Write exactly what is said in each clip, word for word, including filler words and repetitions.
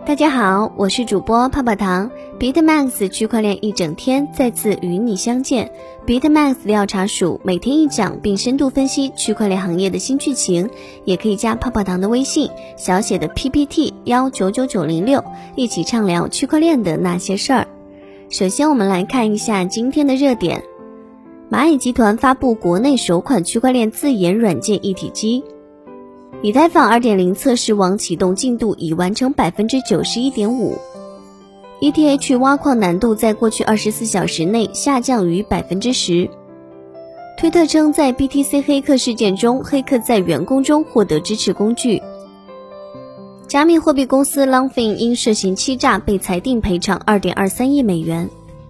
大家好，我是主播泡泡糖。 BitMax 区块链一整天再次与你相见。 BitMax 调查署每天一讲，并深度分析区块链行业的新剧情，也可以加泡泡糖的微信，小写的 P P T 一九九九零六，一起畅聊区块链的那些事儿。首先我们来看一下今天的热点。蚂蚁集团发布国内首款区块链自研软件一体机。以太坊 二点零 测试网启动进度已完成 百分之九十一点五， E T H 挖矿难度在过去二十四小时内下降逾 百分之十。 推特称在 B T C 黑客事件中，黑客在员工中获得支持工具。加密货币公司 Longfin 因涉嫌欺诈被裁定赔偿 二点二三亿美元。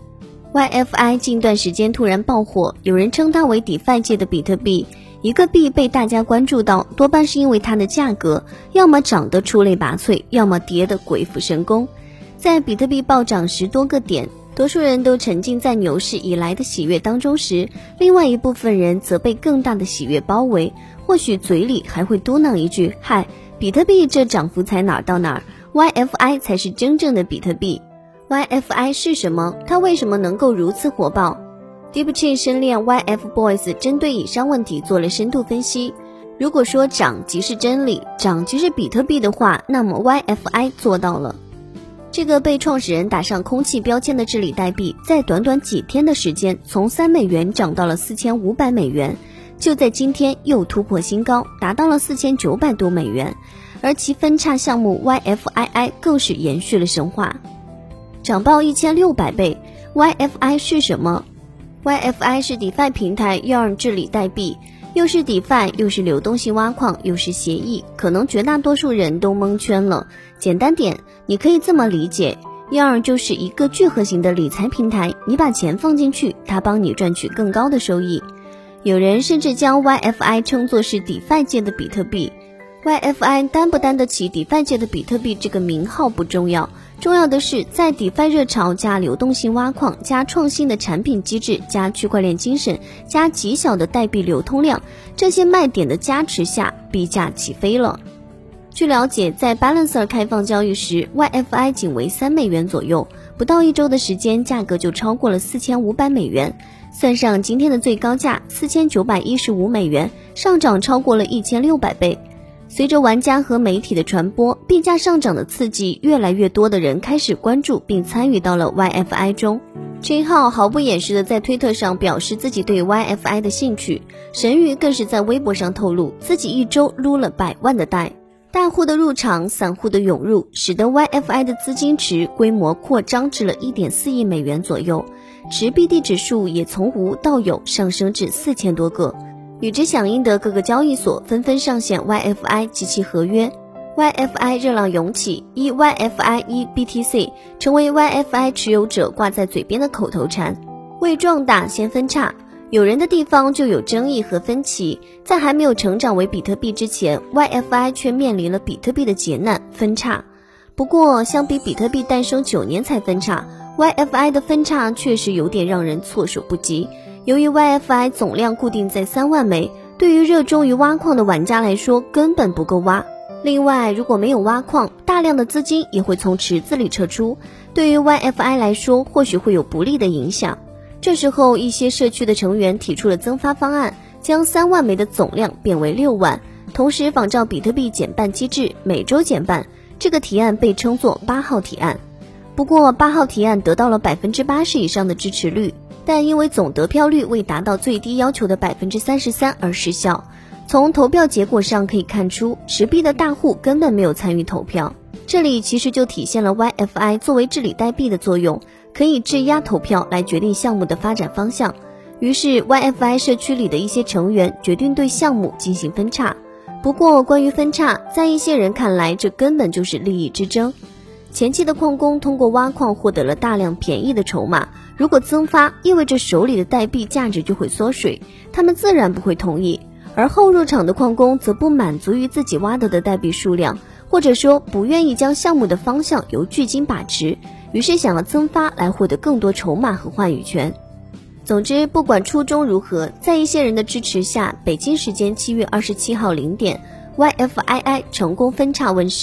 Y F I 近段时间突然爆火，有人称它为 DeFi 界的比特币。一个币被大家关注到，多半是因为它的价格要么涨得出类拔萃，要么跌得鬼斧神工。在比特币暴涨十多个点，多数人都沉浸在牛市以来的喜悦当中时，另外一部分人则被更大的喜悦包围，或许嘴里还会嘟囔一句，嗨，比特币这涨幅才哪儿到哪儿， Y F I 才是真正的比特币。 Y F I 是什么？它为什么能够如此火爆？DeepChain 深链 Y F Boys 针对以上问题做了深度分析。如果说涨即是真理，涨即是比特币的话，那么 Y F I 做到了。这个被创始人打上空气标签的治理代币，在短短几天的时间，从三美元涨到了四千五百美元，就在今天又突破新高，达到了四千九百多美元。而其分叉项目 Y F I I 更是延续了神话，涨爆一千六百倍。 Y F I 是什么？Y F I 是 DeFi 平台 Yarn 治理代币，又是 DeFi 又是流动性挖矿又是协议，可能绝大多数人都蒙圈了。简单点，你可以这么理解， Yarn 就是一个聚合型的理财平台，你把钱放进去，它帮你赚取更高的收益。有人甚至将 Y F I 称作是 DeFi 界的比特币。 Y F I 担不担得起 DeFi 界的比特币这个名号不重要，重要的是在 DeFi 热潮加流动性挖矿加创新的产品机制加区块链精神加极小的代币流通量，这些卖点的加持下，币价起飞了。据了解，在 Balancer 开放交易时， Y F I 仅为三美元左右，不到一周的时间，价格就超过了四千五百美元，算上今天的最高价四千九百一十五美元，上涨超过了一千六百倍。随着玩家和媒体的传播，币价上涨的刺激，越来越多的人开始关注并参与到了 Y F I 中。J 号毫不掩饰地在推特上表示自己对 Y F I 的兴趣，神鱼更是在微博上透露自己一周撸了百万的代。大户的入场，散户的涌入，使得 Y F I 的资金池规模扩张至了 一点四亿美元左右，持币地指数也从无到有上升至四千多个。与之响应的各个交易所纷纷上线 Y F I 及其合约， Y F I 热浪涌起，一 Y F I 一 B T C 成为 Y F I 持有者挂在嘴边的口头禅。为壮大先分叉，有人的地方就有争议和分歧。在还没有成长为比特币之前， Y F I 却面临了比特币的劫难分叉。不过相比比特币诞生九年才分叉， Y F I 的分叉确实有点让人措手不及。由于 Y F I 总量固定在三万枚，对于热衷于挖矿的玩家来说根本不够挖。另外，如果没有挖矿，大量的资金也会从池子里撤出，对于 Y F I 来说或许会有不利的影响。这时候一些社区的成员提出了增发方案，将三万枚的总量变为六万，同时仿照比特币减半机制，每周减半。这个提案被称作八号提案。不过八号提案得到了 百分之八十 以上的支持率，但因为总得票率未达到最低要求的 百分之三十三 而失效。从投票结果上可以看出，持币的大户根本没有参与投票，这里其实就体现了 Y F I 作为治理代币的作用，可以质押投票来决定项目的发展方向。于是 Y F I 社区里的一些成员决定对项目进行分叉。不过关于分叉，在一些人看来，这根本就是利益之争。前期的矿工通过挖矿获得了大量便宜的筹码，如果增发，意味着手里的代币价值就会缩水，他们自然不会同意。而后入场的矿工则不满足于自己挖得的代币数量，或者说不愿意将项目的方向由巨鲸把持，于是想要增发来获得更多筹码和话语权。总之，不管初衷如何，在一些人的支持下，北京时间七月二十七号零点，Y F I I 成功分叉问世，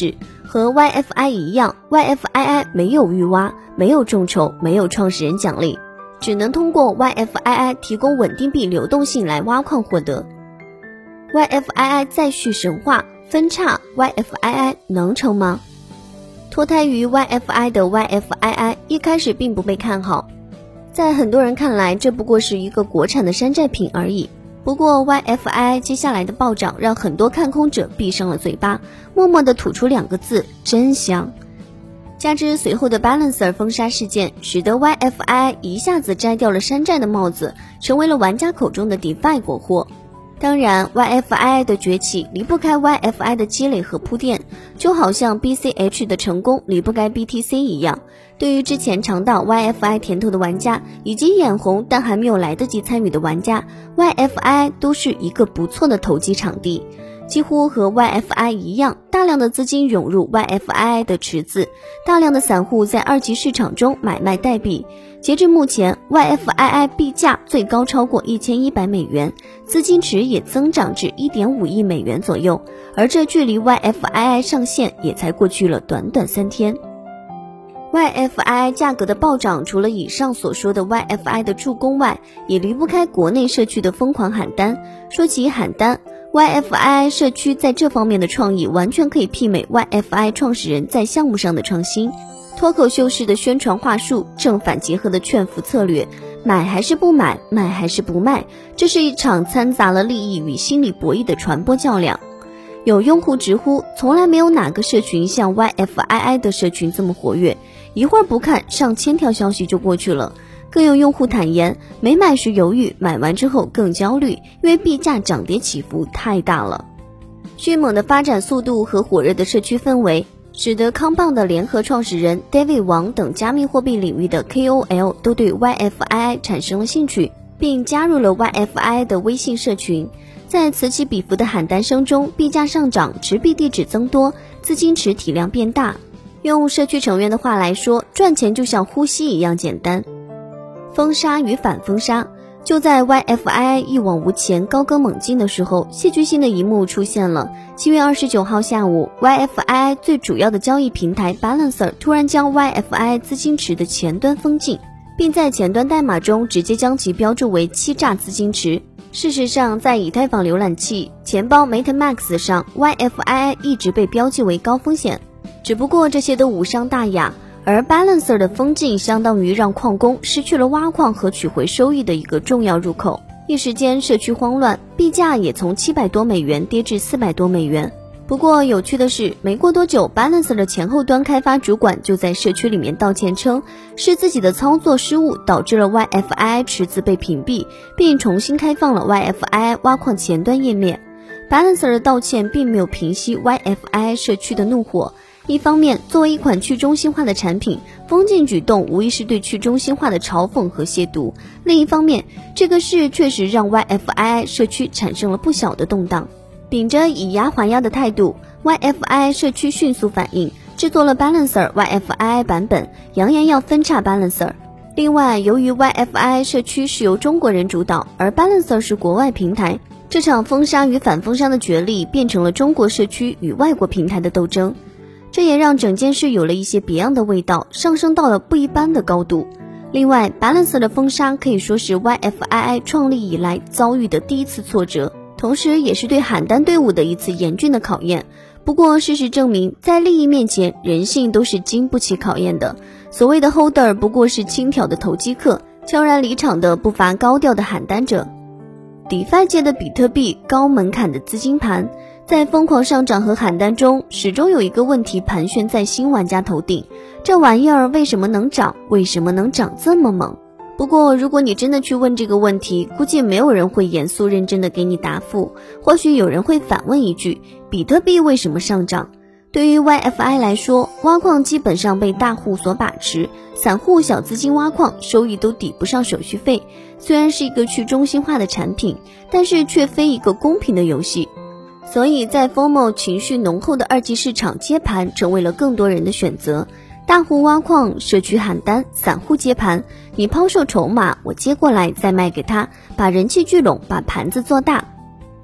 和 Y F I 一样 ，Y F I I 没有预挖，没有众筹，没有创始人奖励，只能通过 Y F I I 提供稳定币流动性来挖矿获得。Y F I I 再续神话，分叉 Y F I I 能成吗？脱胎于 Y F I 的 Y F I I 一开始并不被看好，在很多人看来，这不过是一个国产的山寨品而已。不过 Y F I I 接下来的暴涨让很多看空者闭上了嘴巴，默默地吐出两个字：真香。加之随后的 Balancer 封杀事件，使得 Y F I I 一下子摘掉了山寨的帽子，成为了玩家口中的 DeFi 国货。当然 Y F I I 的崛起离不开 Y F I 的积累和铺垫，就好像 B C H 的成功离不开 B T C 一样。对于之前尝到 Y F I 甜头的玩家，以及眼红但还没有来得及参与的玩家， Y F I I 都是一个不错的投机场地。几乎和 Y F I 一样，大量的资金涌入 Y F I I 的池子，大量的散户在二级市场中买卖代币。截至目前 Y F I I 币价最高超过一千一百美元，资金池也增长至 一点五亿美元左右，而这距离 Y F I I 上线也才过去了短短三天。Y F I I 价格的暴涨，除了以上所说的 Y F I 的助攻外，也离不开国内社区的疯狂喊单。说起喊单， Y F I I 社区在这方面的创意完全可以媲美 Y F I 创始人在项目上的创新。脱口秀式的宣传话术，正反结合的劝服策略，买还是不买，卖还是不卖，这是一场掺杂了利益与心理博弈的传播较量。有用户直呼，从来没有哪个社群像 Y F I I 的社群这么活跃，一会儿不看上千条消息就过去了。更有用户坦言，没买时犹豫，买完之后更焦虑，因为币价涨跌起伏太大了。迅猛的发展速度和火热的社区氛围，使得康棒的联合创始人 David 王等加密货币领域的 K O L 都对 Y F I I 产生了兴趣，并加入了 Y F I I 的微信社群。在此起彼伏的喊单声中，币价上涨，持币地址增多，资金池体量变大。用社区成员的话来说，赚钱就像呼吸一样简单。封杀与反封杀，就在 Y F I I 一往无前高歌猛进的时候，戏剧性的一幕出现了。七月二十九号下午， Y F I I 最主要的交易平台 Balancer 突然将 Y F I I 资金池的前端封禁，并在前端代码中直接将其标注为欺诈资金池。事实上，在以太坊浏览器、钱包 MetaMask 上， Y F I I 一直被标记为高风险，只不过这些都无伤大雅。而 Balancer 的封禁相当于让矿工失去了挖矿和取回收益的一个重要入口，一时间社区慌乱，币价也从七百多美元跌至四百多美元。不过有趣的是，没过多久 Balancer 的前后端开发主管就在社区里面道歉称，是自己的操作失误导致了 Y F I I 池子被屏蔽，并重新开放了 Y F I I 挖矿前端页面。 Balancer 的道歉并没有平息 Y F I I 社区的怒火，一方面，作为一款去中心化的产品，封禁举动无疑是对去中心化的嘲讽和亵渎；另一方面，这个事确实让 Y F I I 社区产生了不小的动荡。秉着以牙还牙的态度， Y F I I 社区迅速反应，制作了 Balancer Y F I I 版本，扬言要分叉 Balancer。另外，由于 Y F I I 社区是由中国人主导，而 Balancer 是国外平台，这场封杀与反封杀的角力变成了中国社区与外国平台的斗争。这也让整件事有了一些别样的味道，上升到了不一般的高度。另外 Balancer 的封杀可以说是 Y F I I 创立以来遭遇的第一次挫折，同时也是对喊单队伍的一次严峻的考验。不过事实证明，在利益面前，人性都是经不起考验的。所谓的 holder 不过是轻佻的投机客，悄然离场的不乏高调的喊单者。DeFi 界的比特币高门槛的资金盘，在疯狂上涨和喊单中，始终有一个问题盘旋在新玩家头顶：这玩意儿为什么能涨？为什么能涨这么猛？不过如果你真的去问这个问题，估计没有人会严肃认真的给你答复。或许有人会反问一句：比特币为什么上涨？对于 Y F I 来说，挖矿基本上被大户所把持，散户小资金挖矿收益都抵不上手续费。虽然是一个去中心化的产品，但是却非一个公平的游戏。所以在 F O M O 情绪浓厚的二级市场，接盘成为了更多人的选择。大户挖矿，社区喊单，散户接盘，你抛售筹码，我接过来再卖给他，把人气聚拢，把盘子做大。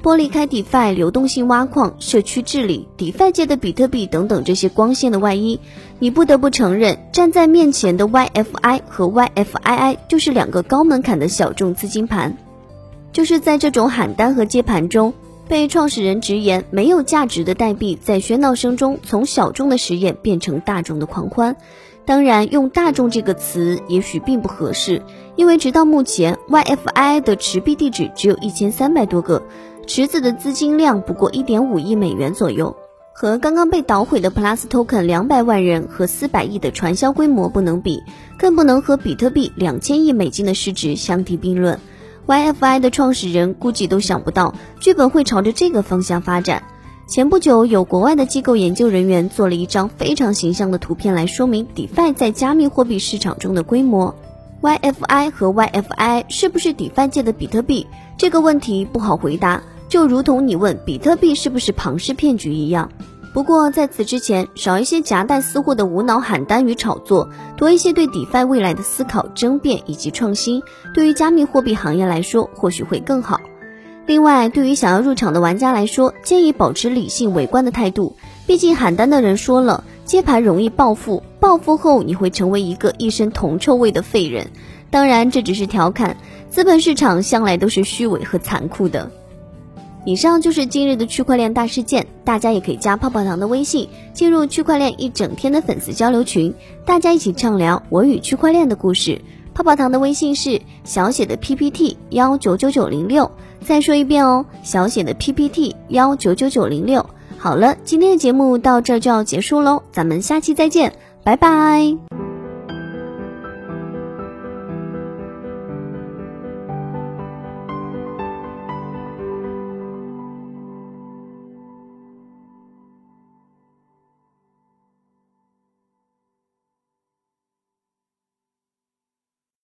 剥离开 DeFi 流动性挖矿、社区治理、DeFi 界的比特币等等这些光鲜的外衣，你不得不承认，站在面前的 Y F I 和 Y F I I 就是两个高门槛的小众资金盘。就是在这种喊单和接盘中，被创始人直言没有价值的代币在喧闹声中从小众的实验变成大众的狂欢。当然，用大众这个词也许并不合适，因为直到目前 Y F I I 的持币地址只有一千三百多个，池子的资金量不过 一点五亿美元左右，和刚刚被捣毁的 Plus Token 两百万人和四百亿的传销规模不能比，更不能和比特币两千亿美金的市值相提并论。Y F I 的创始人估计都想不到剧本会朝着这个方向发展。前不久，有国外的机构研究人员做了一张非常形象的图片来说明 DeFi 在加密货币市场中的规模。Y F I 和 Y F I 是不是 DeFi 界的比特币？这个问题不好回答，就如同你问比特币是不是庞氏骗局一样。不过在此之前，少一些夹带私货的无脑喊单与炒作，多一些对 DeFi 未来的思考、争辩以及创新，对于加密货币行业来说或许会更好。另外，对于想要入场的玩家来说，建议保持理性围观的态度，毕竟喊单的人说了，接盘容易暴富，暴富后你会成为一个一身铜臭味的废人。当然这只是调侃，资本市场向来都是虚伪和残酷的。以上就是今日的区块链大事件，大家也可以加泡泡糖的微信，进入区块链一整天的粉丝交流群，大家一起畅聊我与区块链的故事。泡泡糖的微信是小写的 P P T 一九九九零六，再说一遍哦，小写的 P P T 一九九九零六。好了，今天的节目到这儿就要结束喽，咱们下期再见，拜拜。